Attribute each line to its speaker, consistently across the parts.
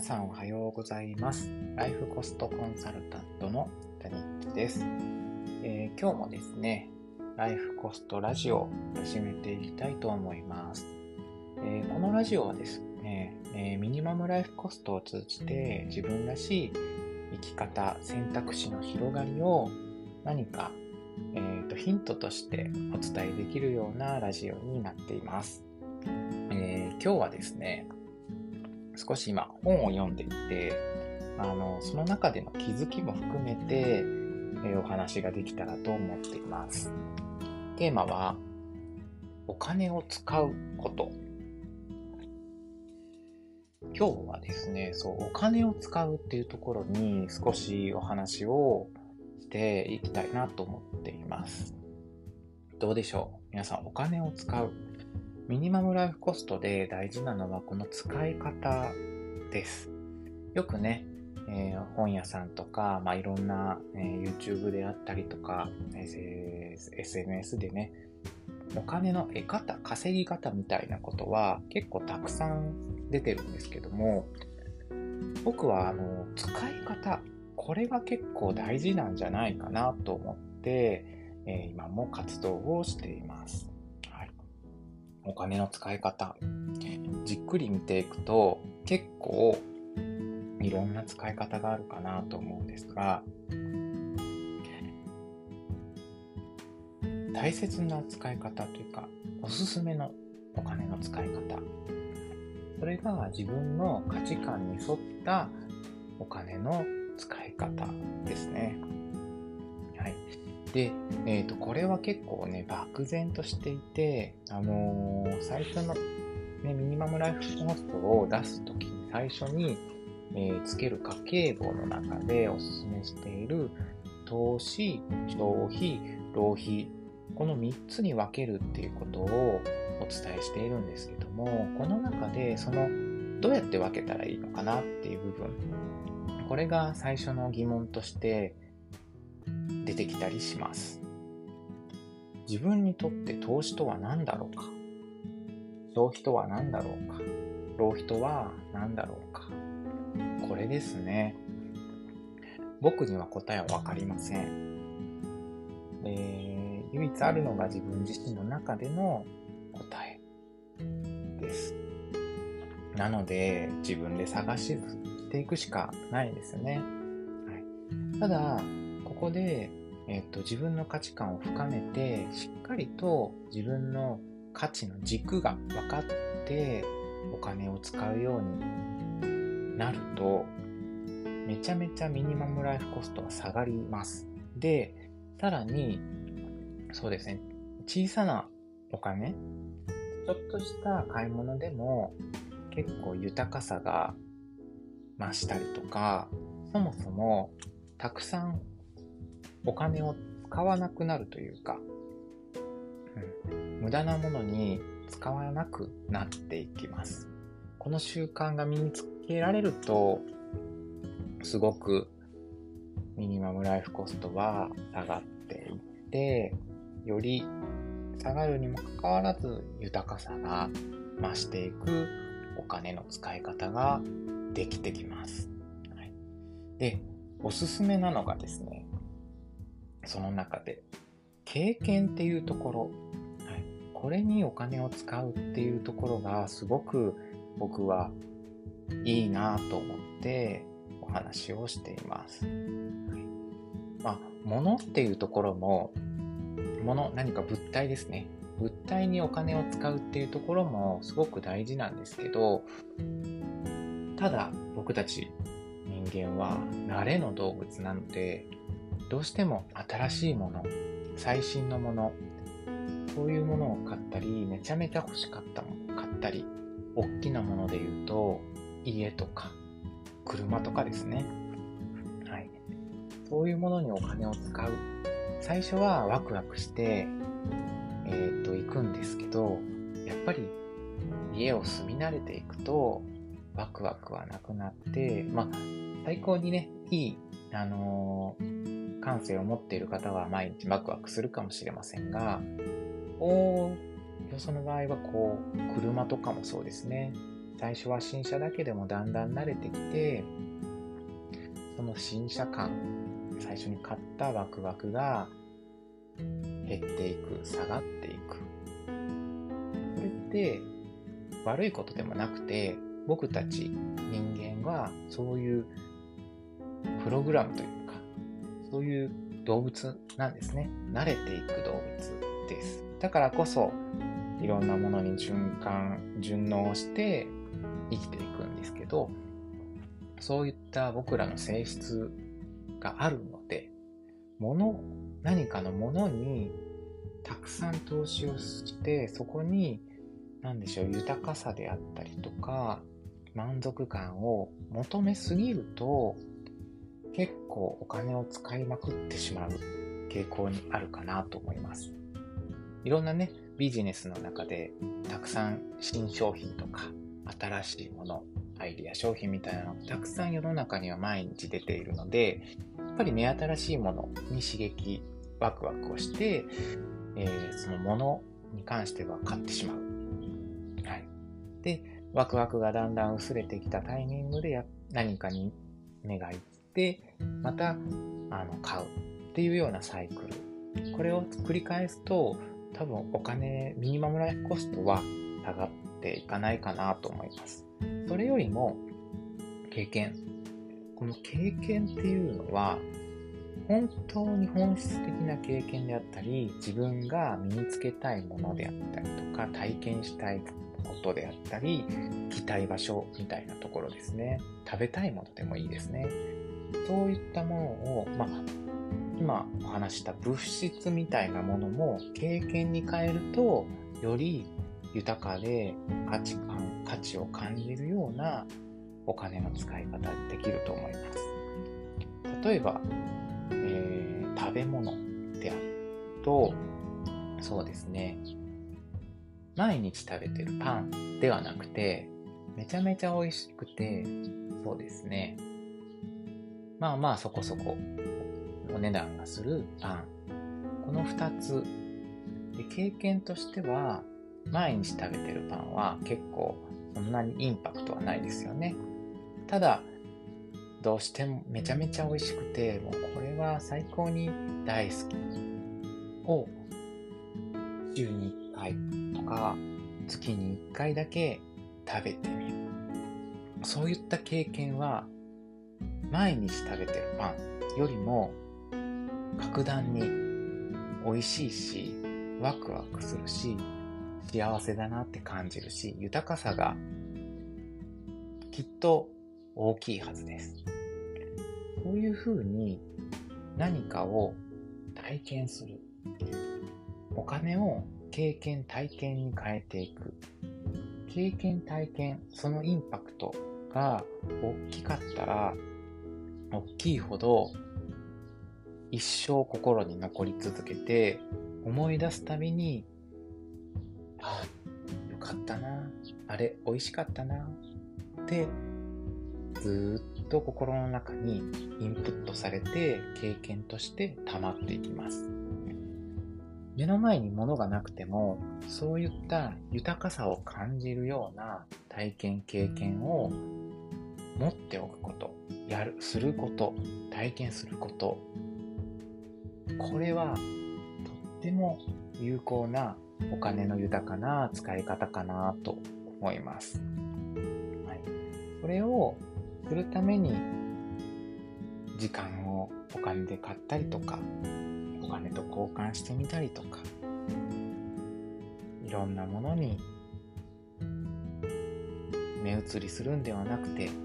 Speaker 1: さんおはようございます。ライフコストコンサルタントの谷口です。今日もですね、ライフコストラジオを始めていきたいと思います。このラジオはですね、ミニマムライフコストを通じて自分らしい生き方、選択肢の広がりを何か、ヒントとしてお伝えできるようなラジオになっています。今日はですね、少し今本を読んでいて、その中での気づきも含めて、お話ができたらと思っています。テーマはお金を使うこと。今日はですね、お金を使うっていうところに少しお話をしていきたいなと思っています。どうでしょう？皆さん、お金を使う。ミニマムライフコストで大事なのはこの使い方です。よくね、本屋さんとか、いろんな、YouTube であったりとか、SNS でね、お金の得方、稼ぎ方みたいなことは結構たくさん出てるんですけども、僕は使い方、これが結構大事なんじゃないかなと思って、今も活動をしています。お金の使い方、じっくり見ていくと結構いろんな使い方があるかなと思うんですが、大切な使い方というか、おすすめのお金の使い方、それが自分の価値観に沿ったお金の使い方ですね。はい。で、これは結構ね、漠然としていて、最初の、ミニマムライフコストを出すときに最初に、つける家計簿の中でおすすめしている投資、消費、浪費、この3つに分けるっていうことをお伝えしているんですけども、この中でどうやって分けたらいいのかなっていう部分、これが最初の疑問として出てきたりします。自分にとって投資とは何だろうか、消費とは何だろうか、浪費とは何だろうか。これですね。僕には答えは分かりません。唯一あるのが自分自身の中での答えです。なので自分で探していくしかないですよね。ただここで、自分の価値観を深めてしっかりと自分の価値の軸が分かってお金を使うようになると、めちゃめちゃミニマムライフコストは下がります。で、さらにそうですね、小さなお金、ちょっとした買い物でも結構豊かさが増したりとか、そもそもたくさんお金を使わなくなるというか、無駄なものに使わなくなっていきます。この習慣が身につけられると、すごくミニマムライフコストは下がっていって、より下がるにもかかわらず豊かさが増していくお金の使い方ができてきます。で、おすすめなのがですね、その中で経験っていうところ、これにお金を使うっていうところがすごく僕はいいなと思ってお話をしています。物っていうところも、何か物体ですね。物体にお金を使うっていうところもすごく大事なんですけど、ただ僕たち人間は慣れの動物なので、どうしても新しいもの、最新のもの、そういうものを買ったり、めちゃめちゃ欲しかったものを買ったり、大きなもので言うと家とか車とかですね。そういうものにお金を使う。最初はワクワクして行くんですけど、やっぱり家を住み慣れていくとワクワクはなくなって、最高にね、いい感性を持っている方は毎日ワクワクするかもしれませんが、よその場合は車とかもそうですね。 最初は新車だけでもだんだん慣れてきて、その新車感、最初に買ったワクワクが減っていく、下がっていく。それって悪いことでもなくて、僕たち人間はそういうプログラムというか、そういう動物なんですね。慣れていく動物です。だからこそいろんなものに順応して生きていくんですけど、そういった僕らの性質があるので、何かのものにたくさん投資をして、そこに豊かさであったりとか満足感を求めすぎると、結構お金を使いまくってしまう傾向にあるかなと思います。いろんなね、ビジネスの中でたくさん新商品とか新しいもの、アイデア商品みたいなのがたくさん世の中には毎日出ているので、やっぱり目新しいものに刺激、ワクワクをして、そのものに関しては買ってしまう。はい。で、ワクワクがだんだん薄れてきたタイミングで何かに目がいって、また買うっていうようなサイクル。これを繰り返すと、多分ミニマムライフコストは下がっていかないかなと思います。それよりもこの経験っていうのは本当に本質的な経験であったり、自分が身につけたいものであったりとか、体験したいことであったり、行きたい場所みたいなところですね。食べたいものでもいいですね。そういったものを、今お話した物質みたいなものも経験に変えると、より豊かで価値を感じるようなお金の使い方できると思います。例えば、食べ物であると、そうですね、毎日食べてるパンではなくて、めちゃめちゃ美味しくて、そうですね、そこそこお値段がするパン。この2つで、経験としては毎日食べてるパンは結構そんなにインパクトはないですよね。ただどうしてもめちゃめちゃ美味しくて、もうこれは最高に大好きを週に1回とか月に1回だけ食べてみる。そういった経験は毎日食べてるパンよりも格段に美味しいし、ワクワクするし、幸せだなって感じるし、豊かさがきっと大きいはずです。そういうふうに何かを体験する。お金を経験、体験に変えていく。経験、体験、そのインパクトが大きかったら、大きいほど一生心に残り続けて、思い出すたびに、よかったな、あれ美味しかったなってずっと心の中にインプットされて、経験として溜まっていきます。目の前に物がなくても、そういった豊かさを感じるような体験、経験を持っておくこと、すること、体験すること、これはとっても有効なお金の豊かな使い方かなと思います。はい、それをするために時間をお金で買ったりとか、お金と交換してみたりとか、いろんなものに目移りするんではなくて、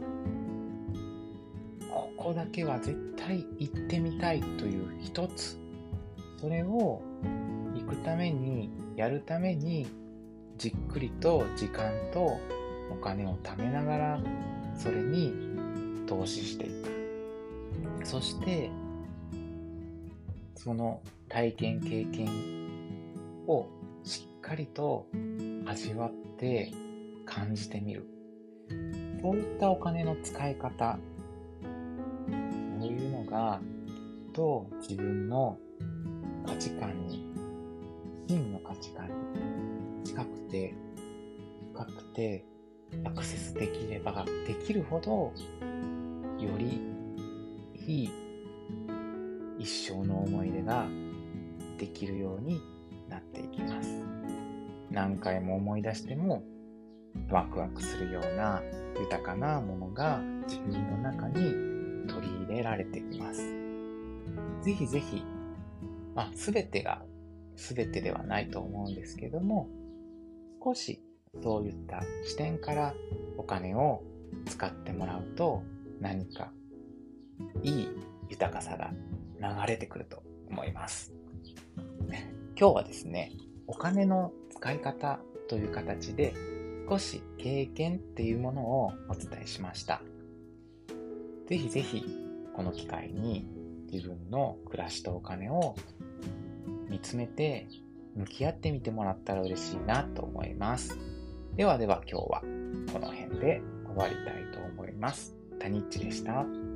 Speaker 1: ここだけは絶対行ってみたいという一つ、それを行くために、やるために、じっくりと時間とお金を貯めながら、それに投資していく。そしてその体験経験をしっかりと味わって感じてみる。そういったお金の使い方、そういうのがきっと自分の価値観に、真の価値観に近くて深くてアクセスできればできるほど、よりいい一生の思い出ができるようになっていきます。何回も思い出してもワクワクするような豊かなものが自分の中に取り入れられてきます。ぜひぜひ、全てが全てではないと思うんですけども、少しそういった視点からお金を使ってもらうと、何かいい豊かさが流れてくると思います。今日はですね、お金の使い方という形で少し経験っていうものをお伝えしました。ぜひぜひこの機会に自分の暮らしとお金を見つめて向き合ってみてもらったら嬉しいなと思います。では今日はこの辺で終わりたいと思います。タニッチでした。